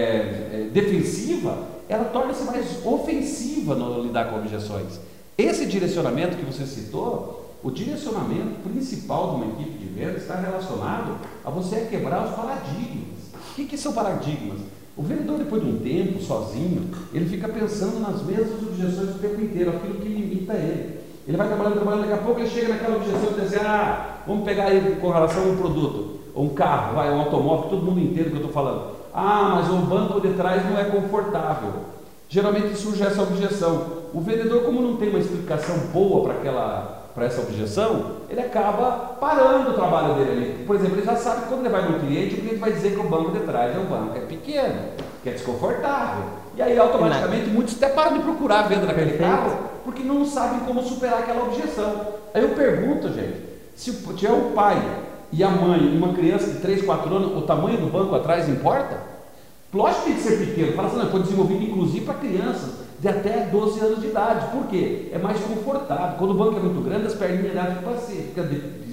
defensiva, ela torna-se mais ofensiva no lidar com objeções. Esse direcionamento que você citou, o direcionamento principal de uma equipe de vendas está relacionado a você quebrar os paradigmas. O que são paradigmas? O vendedor, depois de um tempo, sozinho, ele fica pensando nas mesmas objeções o tempo inteiro, aquilo que limita ele. Ele vai trabalhando, daqui a pouco ele chega naquela objeção e diz assim, vamos pegar aí com relação a um produto, ou um carro, um automóvel, todo mundo entende o que eu estou falando. Mas o banco de trás não é confortável. Geralmente surge essa objeção. O vendedor, como não tem uma explicação boa para essa objeção, ele acaba parando o trabalho dele ali. Por exemplo, ele já sabe que quando ele vai no cliente, o cliente vai dizer que o banco de trás é um banco pequeno, que é desconfortável. E aí automaticamente muitos até param de procurar a venda daquele carro, porque não sabem como superar aquela objeção. Aí eu pergunto, gente, se tiver o pai e a mãe e uma criança de 3, 4 anos, o tamanho do banco atrás importa? Lógico que tem que ser pequeno. Fala assim, foi desenvolvido inclusive para crianças de até 12 anos de idade. Por quê? É mais confortável. Quando o banco é muito grande, as perninhas dela fica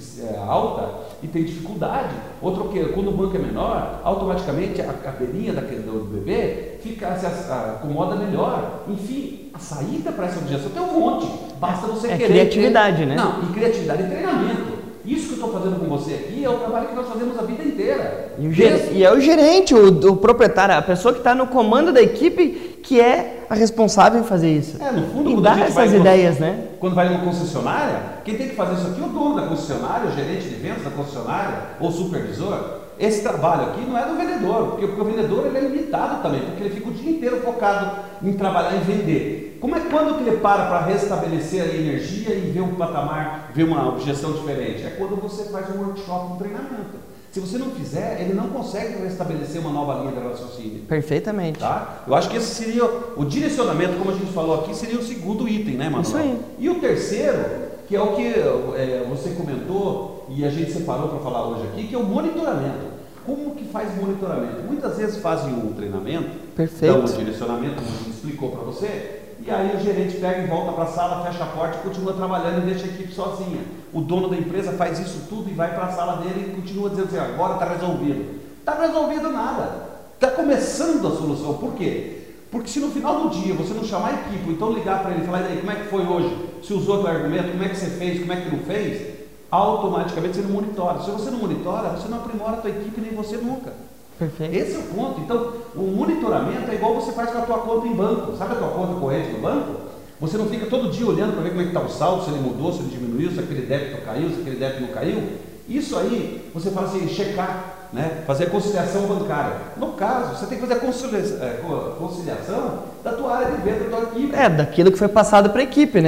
alta e tem dificuldade. Outro que, quando o banco é menor, automaticamente a cadeirinha do bebê se acomoda melhor. Enfim, a saída para essa objeção tem um monte. Basta você querer. Criatividade, né? Não, e criatividade e treinamento. Isso que eu estou fazendo com você aqui é o trabalho que nós fazemos a vida inteira. E é o gerente, o proprietário, a pessoa que está no comando da equipe que é a responsável em fazer isso. No fundo, e dar essas ideias, né? Quando vai numa concessionária, quem tem que fazer isso aqui é o dono da concessionária, o gerente de vendas da concessionária, ou o supervisor. Esse trabalho aqui não é do vendedor, porque o vendedor ele é limitado também, porque ele fica o dia inteiro focado em trabalhar, em vender. Quando que ele para restabelecer a energia e ver um patamar, ver uma objeção diferente? É quando você faz um workshop, um treinamento. Se você não fizer, ele não consegue restabelecer uma nova linha de raciocínio. Perfeitamente. Tá? Eu acho que esse seria o direcionamento, como a gente falou aqui, seria o segundo item, né, Manuel? Isso aí. E o terceiro, que é o que você comentou e a gente separou para falar hoje aqui, que é o monitoramento. Como que faz monitoramento? Muitas vezes fazem um treinamento, dão um direcionamento, como a gente explicou para você, e aí o gerente pega e volta para a sala, fecha a porta e continua trabalhando e deixa a equipe sozinha. O dono da empresa faz isso tudo e vai para a sala dele e continua dizendo assim, agora está resolvido. Está resolvido nada. Está começando a solução. Por quê? Porque se no final do dia você não chamar a equipe, ou então ligar para ele e falar, e daí, como é que foi hoje? Se usou o argumento, como é que você fez, como é que não fez? Automaticamente você não monitora. Se você não monitora, você não aprimora a tua equipe, nem você nunca. Perfeito. Esse é o ponto. Então, o monitoramento é igual você faz com a tua conta em banco. Sabe a tua conta corrente do banco? Você não fica todo dia olhando para ver como é que está o saldo, se ele mudou, se ele diminuiu, se aquele débito caiu, se aquele débito não caiu. Isso aí, você fala assim, checar, né? Fazer a conciliação bancária. No caso, você tem que fazer a conciliação da tua área de venda, da tua equipe. Daquilo que foi passado para a equipe, né?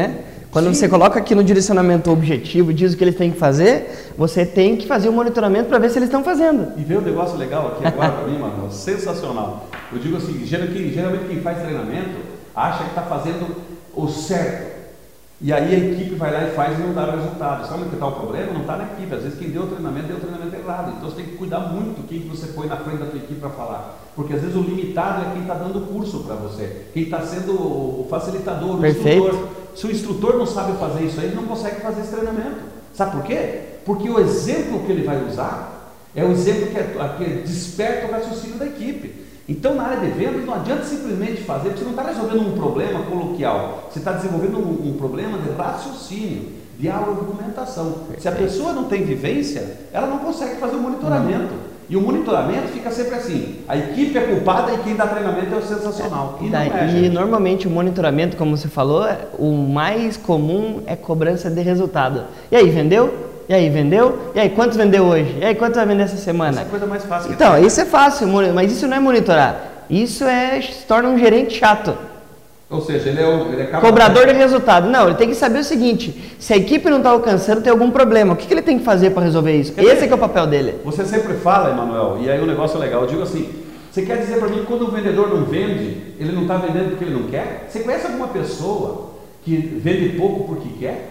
Quando você coloca aqui no direcionamento objetivo, diz o que eles têm que fazer, você tem que fazer um monitoramento para ver se eles estão fazendo. E veio um negócio legal aqui agora para mim, mano, sensacional. Eu digo assim, geralmente quem faz treinamento acha que está fazendo o certo. E aí a equipe vai lá e faz e não dá resultado. Sabe onde está o problema? Não está na equipe. Às vezes quem deu o treinamento errado. Então você tem que cuidar muito quem que você põe na frente da tua equipe para falar. Porque às vezes o limitado é quem está dando o curso para você. Quem está sendo o facilitador, o instrutor. Se o instrutor não sabe fazer isso aí, ele não consegue fazer esse treinamento. Sabe por quê? Porque o exemplo que ele vai usar é o exemplo que desperta o raciocínio da equipe. Então, na área de vendas, não adianta simplesmente fazer, porque você não está resolvendo um problema coloquial, você está desenvolvendo um problema de raciocínio, de argumentação. Se a pessoa não tem vivência, ela não consegue fazer o monitoramento. E o monitoramento fica sempre assim, a equipe é culpada e quem dá treinamento é o sensacional. E normalmente o monitoramento, como você falou, o mais comum é cobrança de resultado. E aí, vendeu? E aí, vendeu? E aí, quantos vendeu hoje? E aí, quanto vai vender essa semana? Essa é a coisa mais fácil. Então, isso é fácil, mas isso não é monitorar. Isso se torna um gerente chato. Ou seja, ele é cobrador de resultado. Não, ele tem que saber o seguinte, se a equipe não está alcançando, tem algum problema. O que ele tem que fazer para resolver isso? Esse é que é o papel dele. Você sempre fala, Emanuel, e aí o negócio é legal. Eu digo assim, você quer dizer para mim que quando o vendedor não vende, ele não está vendendo porque ele não quer? Você conhece alguma pessoa que vende pouco porque quer?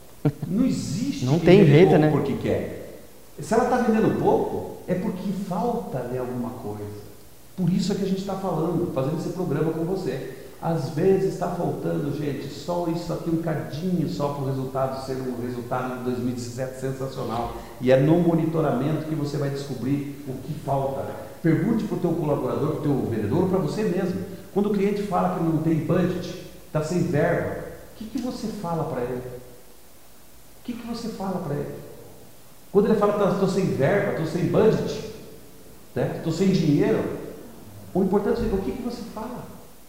Não existe. Não tem jeito, né? Porque quer. Se ela está vendendo pouco, é porque falta-lhe alguma coisa. Por isso é que a gente está falando, fazendo esse programa com você. Às vezes está faltando, gente, só isso aqui, um cadinho só para o resultado ser um resultado de 2017 sensacional. E é no monitoramento que você vai descobrir o que falta. Pergunte para o teu colaborador, para o teu vendedor, ou para você mesmo. Quando o cliente fala que não tem budget, está sem verba, o que você fala para ele? O que você fala para ele? Quando ele fala, estou sem verba, estou sem budget, estou sem dinheiro, o importante é o que você fala.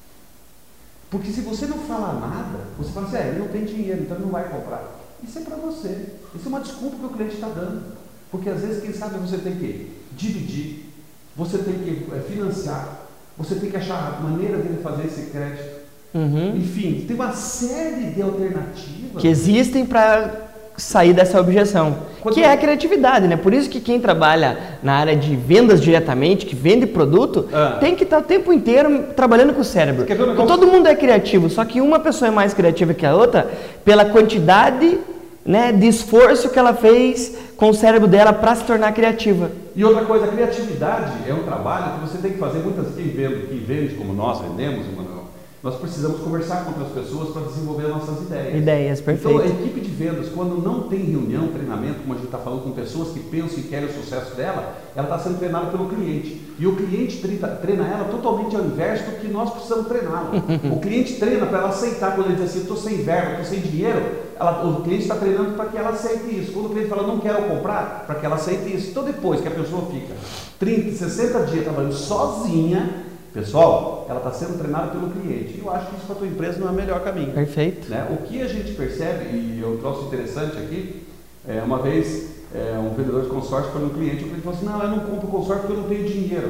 Porque se você não falar nada, você fala assim, ele não tem dinheiro, então ele não vai comprar. Isso é para você. Isso é uma desculpa que o cliente está dando. Porque às vezes, quem sabe, você tem que dividir, você tem que financiar, você tem que achar maneira de fazer esse crédito. Enfim, tem uma série de alternativas que existem para sair dessa objeção, que é a criatividade, né? Por isso que quem trabalha na área de vendas diretamente, que vende produto, tem que estar o tempo inteiro trabalhando com o cérebro. Porque todo mundo é criativo, só que uma pessoa é mais criativa que a outra pela quantidade, né, de esforço que ela fez com o cérebro dela para se tornar criativa. E outra coisa, a criatividade é um trabalho que você tem que fazer. Quem vende como nós vendemos, nós precisamos conversar com outras pessoas para desenvolver nossas ideias. Perfeito. Então, a equipe de vendas, quando não tem reunião, treinamento, como a gente está falando com pessoas que pensam e querem o sucesso dela, ela está sendo treinada pelo cliente. E o cliente treina ela totalmente ao inverso do que nós precisamos treiná-la. O cliente treina para ela aceitar. Quando ele diz assim, estou sem verba, estou sem dinheiro, o cliente está treinando para que ela aceite isso. Quando o cliente fala, não quero comprar, para que ela aceite isso. Então, depois que a pessoa fica 30, 60 dias trabalhando sozinha, pessoal, ela está sendo treinada pelo cliente. E eu acho que isso para a tua empresa não é o melhor caminho. Perfeito. Né? O que a gente percebe, e eu trouxe interessante aqui, uma vez um vendedor de consórcio foi no cliente, o cliente falou assim, não, eu não compro consórcio porque eu não tenho dinheiro.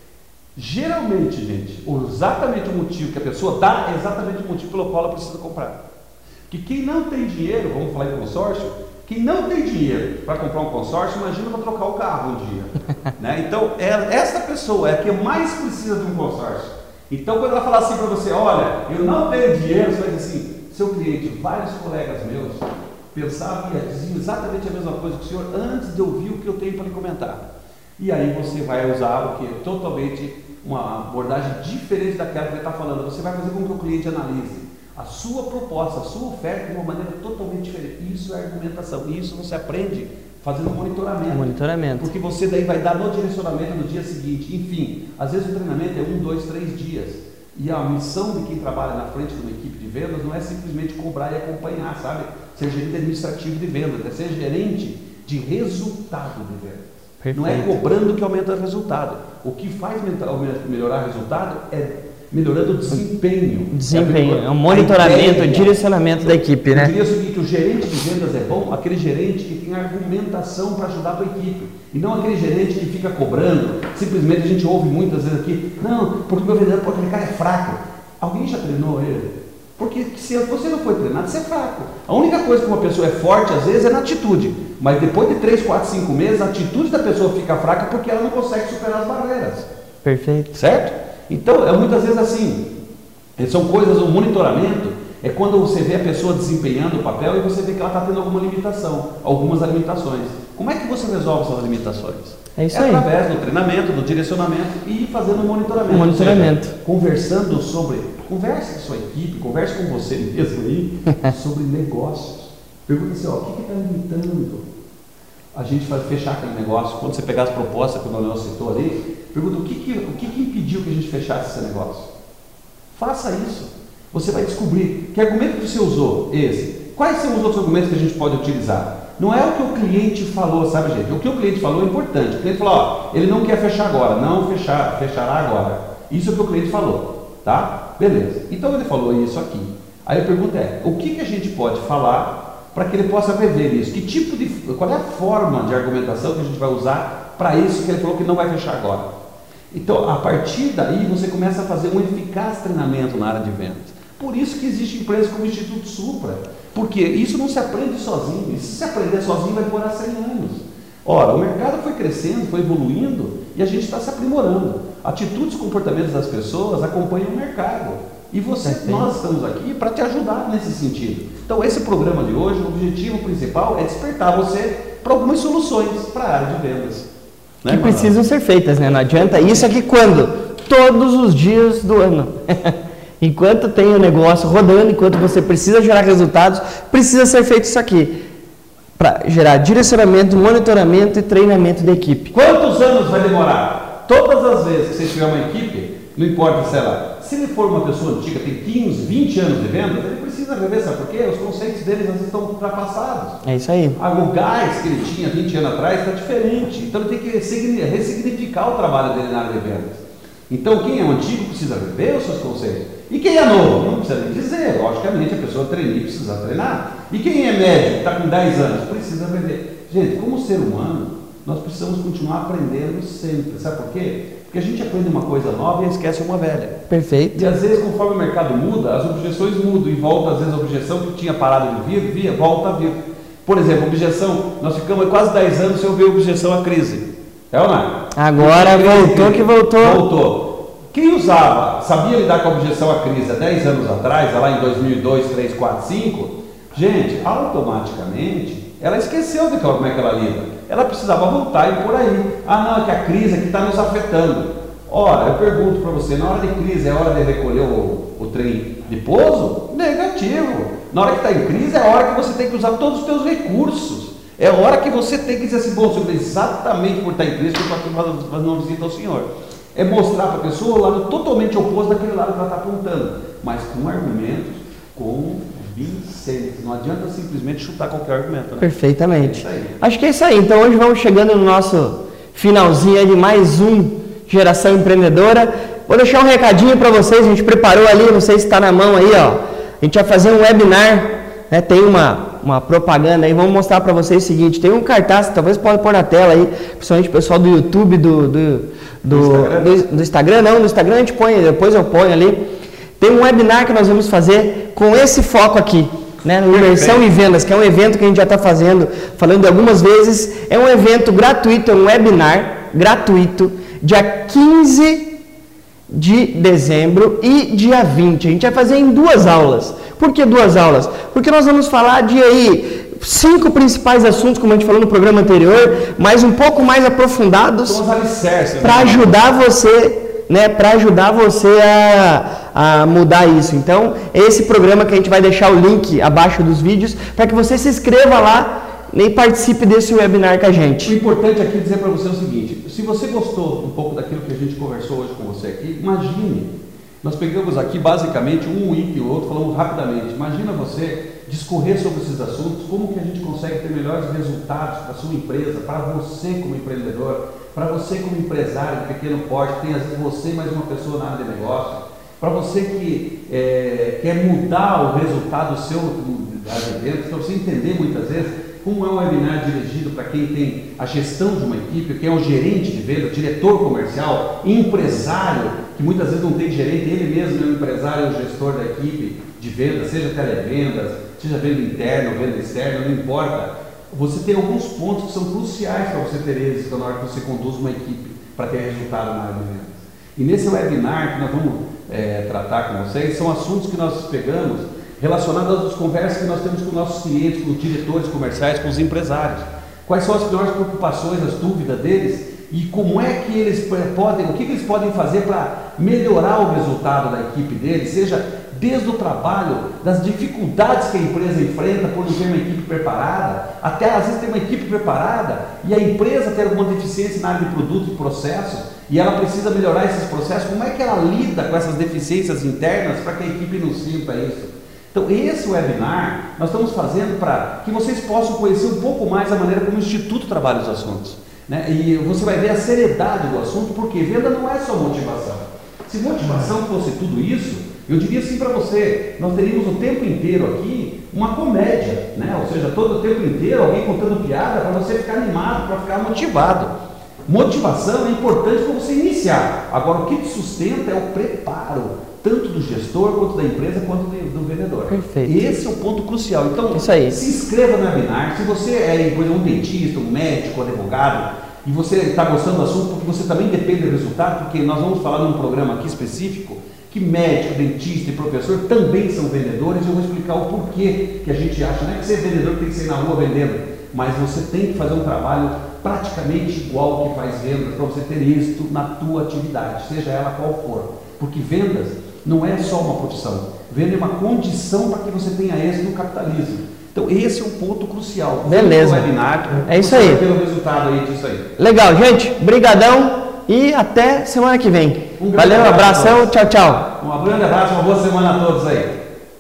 Geralmente, gente, exatamente o motivo que a pessoa dá é exatamente o motivo pelo qual ela precisa comprar. Porque quem não tem dinheiro, vamos falar em consórcio, quem não tem dinheiro para comprar um consórcio, imagina para trocar o carro um dia. Né? Então, essa pessoa é a que mais precisa de um consórcio. Então, quando ela falar assim para você, olha, eu não tenho dinheiro, você vai dizer assim, seu cliente, vários colegas meus pensavam e diziam exatamente a mesma coisa que o senhor antes de ouvir o que eu tenho para lhe comentar. E aí você vai usar o que? Totalmente uma abordagem diferente daquela que ele está falando. Você vai fazer com que o cliente analise a sua proposta, a sua oferta de uma maneira totalmente diferente. Isso é argumentação. E isso você aprende fazendo monitoramento. Porque você daí vai dar no direcionamento no dia seguinte. Enfim, às vezes o treinamento é 1, 2, 3 dias. E a missão de quem trabalha na frente de uma equipe de vendas não é simplesmente cobrar e acompanhar, sabe? Ser gerente administrativo de vendas, é ser gerente de resultado de vendas. Perfeito. Não é cobrando que aumenta o resultado. O que faz melhorar o resultado é melhorando o desempenho. É um monitoramento, direcionamento da equipe, né? Eu diria o seguinte, o gerente de vendas é bom, aquele gerente que tem argumentação para ajudar a tua equipe. E não aquele gerente que fica cobrando, simplesmente a gente ouve muitas vezes aqui, não, porque o meu vendedor, aquele cara é fraco. Alguém já treinou ele? Porque se você não foi treinado, você é fraco. A única coisa que uma pessoa é forte, às vezes, é na atitude. Mas depois de 3, 4, 5 meses, a atitude da pessoa fica fraca porque ela não consegue superar as barreiras. Perfeito. Certo? Então, muitas vezes assim, são coisas, o monitoramento é quando você vê a pessoa desempenhando o papel e você vê que ela está tendo alguma limitação, algumas limitações. Como é que você resolve essas limitações? É isso aí. Através do treinamento, do direcionamento e fazendo o monitoramento. Monitoramento. Seja, conversando sobre, converse com a sua equipe, converse com você mesmo aí, sobre negócios. Pergunta assim, o que está limitando a gente fechar aquele negócio? Quando você pegar as propostas que o Daniel citou ali, pergunta o que impediu que a gente fechasse esse negócio? Faça isso. Você vai descobrir que argumento que você usou, esse. Quais são os outros argumentos que a gente pode utilizar? Não é o que o cliente falou, sabe, gente? O que o cliente falou é importante. O cliente falou, ele não quer fechar agora, não fechará agora. Isso é o que o cliente falou, tá? Beleza. Então ele falou isso aqui. Aí a pergunta é, o que a gente pode falar para que ele possa rever isso? Qual é a forma de argumentação que a gente vai usar para isso que ele falou que não vai fechar agora? Então, a partir daí, você começa a fazer um eficaz treinamento na área de vendas. Por isso que existe empresas como o Instituto Supra, porque isso não se aprende sozinho, e se aprender sozinho vai demorar 100 anos. Ora, o mercado foi crescendo, foi evoluindo, e a gente está se aprimorando. Atitudes e comportamentos das pessoas acompanham o mercado. E nós estamos aqui para te ajudar nesse sentido. Então, esse programa de hoje, o objetivo principal é despertar você para algumas soluções para a área de vendas. Que precisam ser feitas, né? Não adianta isso aqui quando? Todos os dias do ano. Enquanto tem o negócio rodando, enquanto você precisa gerar resultados, precisa ser feito isso aqui. Para gerar direcionamento, monitoramento e treinamento da equipe. Quantos anos vai demorar? Todas as vezes que você tiver uma equipe, não importa se ela... Se ele for uma pessoa antiga, tem 15, 20 anos de venda, ele precisa rever, sabe por quê? Os conceitos deles às vezes estão ultrapassados. É isso aí. O gás que ele tinha 20 anos atrás está diferente. Então ele tem que ressignificar o trabalho dele na área de vendas. Então quem é antigo precisa rever os seus conceitos. E quem é novo? Não precisa nem dizer. Logicamente a pessoa treinar precisa treinar. E quem é médio, está com 10 anos, precisa rever. Gente, como ser humano, nós precisamos continuar aprendendo sempre. Sabe por quê? Porque a gente aprende uma coisa nova e esquece uma velha. Perfeito. E às vezes, conforme o mercado muda, as objeções mudam e volta, às vezes, a objeção que tinha parado de vir, volta a vir. Por exemplo, objeção, nós ficamos quase 10 anos sem ouvir objeção à crise. É ou não é? Agora voltou que voltou. Voltou. Quem sabia lidar com a objeção à crise há 10 anos atrás, lá em 2002, 3, 4, 5, gente, automaticamente, ela esqueceu de como é que ela lida. Ela precisava voltar e por aí. Não, é que a crise aqui está nos afetando. Ora, eu pergunto para você, na hora de crise é hora de recolher o trem de pouso? Negativo. Na hora que está em crise é a hora que você tem que usar todos os seus recursos. É a hora que você tem que dizer assim, bom, senhor, exatamente por estar em crise, eu estou aqui fazendo uma visita ao senhor. É mostrar para a pessoa o lado totalmente oposto daquele lado que ela está apontando, mas com argumentos convincentes. Não adianta simplesmente chutar qualquer argumento. Né? Perfeitamente. É acho que é isso aí. Então hoje vamos chegando no nosso finalzinho de mais um Geração Empreendedora. Vou deixar um recadinho para vocês, a gente preparou ali, não sei se está na mão aí, ó. A gente vai fazer um webinar, né? Tem uma propaganda aí, vamos mostrar para vocês o seguinte, tem um cartaz, talvez pode pôr na tela aí, principalmente o pessoal do YouTube, do Instagram, não, no Instagram a gente põe, depois eu ponho ali. Tem um webinar que nós vamos fazer com esse foco aqui, né, no Imersão e Vendas, que é um evento que a gente já está falando algumas vezes, é um evento gratuito, é um webinar gratuito, dia 15 de dezembro e dia 20. A gente vai fazer em 2 aulas. Por que 2 aulas? Porque nós vamos falar de aí 5 principais assuntos, como a gente falou no programa anterior, mas um pouco mais aprofundados para ajudar você, né, para ajudar você a mudar isso. Então, esse programa que a gente vai deixar o link abaixo dos vídeos para que você se inscreva lá e participe desse webinar com a gente. O importante aqui é dizer para você o seguinte, se você gostou um pouco daquilo que a gente conversou hoje com você aqui, imagine, nós pegamos aqui basicamente um item e o outro, falamos rapidamente, imagina você discorrer sobre esses assuntos, como que a gente consegue ter melhores resultados para a sua empresa, para você como empreendedor, para você como empresário de pequeno porte, tem às vezes você mais uma pessoa na área de negócio, para você que quer mudar o resultado seu das eventos, para você entender muitas vezes como é um webinar dirigido para quem tem a gestão de uma equipe, quem é o gerente de venda, diretor comercial, empresário, que muitas vezes não tem gerente, ele mesmo é o empresário, é o gestor da equipe de venda, seja televendas, seja venda interna ou venda externa, não importa. Você tem alguns pontos que são cruciais para você ter êxito na hora que você conduz uma equipe para ter resultado na área de vendas. E nesse webinar que nós vamos tratar com vocês, são assuntos que nós pegamos relacionados às conversas que nós temos com nossos clientes, com os diretores comerciais, com os empresários. Quais são as piores preocupações, as dúvidas deles e como é que eles podem, o que eles podem fazer para melhorar o resultado da equipe deles, seja desde o trabalho, das dificuldades que a empresa enfrenta por não ter uma equipe preparada, até às vezes ter uma equipe preparada e a empresa ter alguma deficiência na área de produto e processo e ela precisa melhorar esses processos, como é que ela lida com essas deficiências internas para que a equipe não sinta isso? Então esse webinar nós estamos fazendo para que vocês possam conhecer um pouco mais a maneira como o Instituto trabalha os assuntos, né? E você vai ver a seriedade do assunto, porque venda não é só motivação. Se motivação fosse tudo isso, eu diria assim para você, nós teríamos o tempo inteiro aqui uma comédia, né? Ou seja, todo o tempo inteiro alguém contando piada para você ficar animado, para ficar motivado. Motivação é importante para você iniciar. Agora, o que te sustenta é o preparo, tanto do gestor, quanto da empresa, quanto do vendedor. Perfeito. Esse é o ponto crucial. Então, isso aí. Se inscreva no webinar. Se você é, por exemplo, um dentista, um médico, um advogado, e você está gostando do assunto porque você também depende do resultado, porque nós vamos falar num programa aqui específico que médico, dentista e professor também são vendedores, e eu vou explicar o porquê que a gente acha, não é que ser vendedor tem que ser na rua vendendo, mas você tem que fazer um trabalho praticamente igual ao que faz vendas para você ter êxito na tua atividade, seja ela qual for, porque vendas não é só uma profissão, venda é uma condição para que você tenha êxito no capitalismo. Então esse é um ponto crucial. Beleza. Webinar, é isso aí. Pelo resultado aí disso aí. Legal, gente. Brigadão. E até semana que vem. Valeu, um abração, tchau, tchau. Um grande abraço, uma boa semana a todos aí.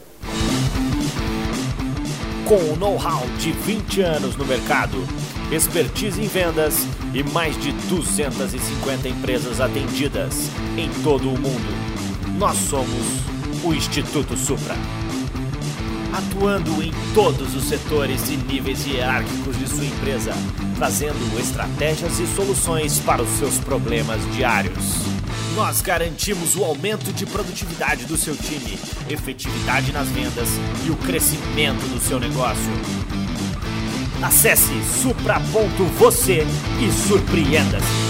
Com o know-how de 20 anos no mercado, expertise em vendas e mais de 250 empresas atendidas em todo o mundo, nós somos o Instituto Supra. Atuando em todos os setores e níveis hierárquicos de sua empresa, trazendo estratégias e soluções para os seus problemas diários. Nós garantimos o aumento de produtividade do seu time, efetividade nas vendas e o crescimento do seu negócio. Acesse supra.você e surpreenda-se!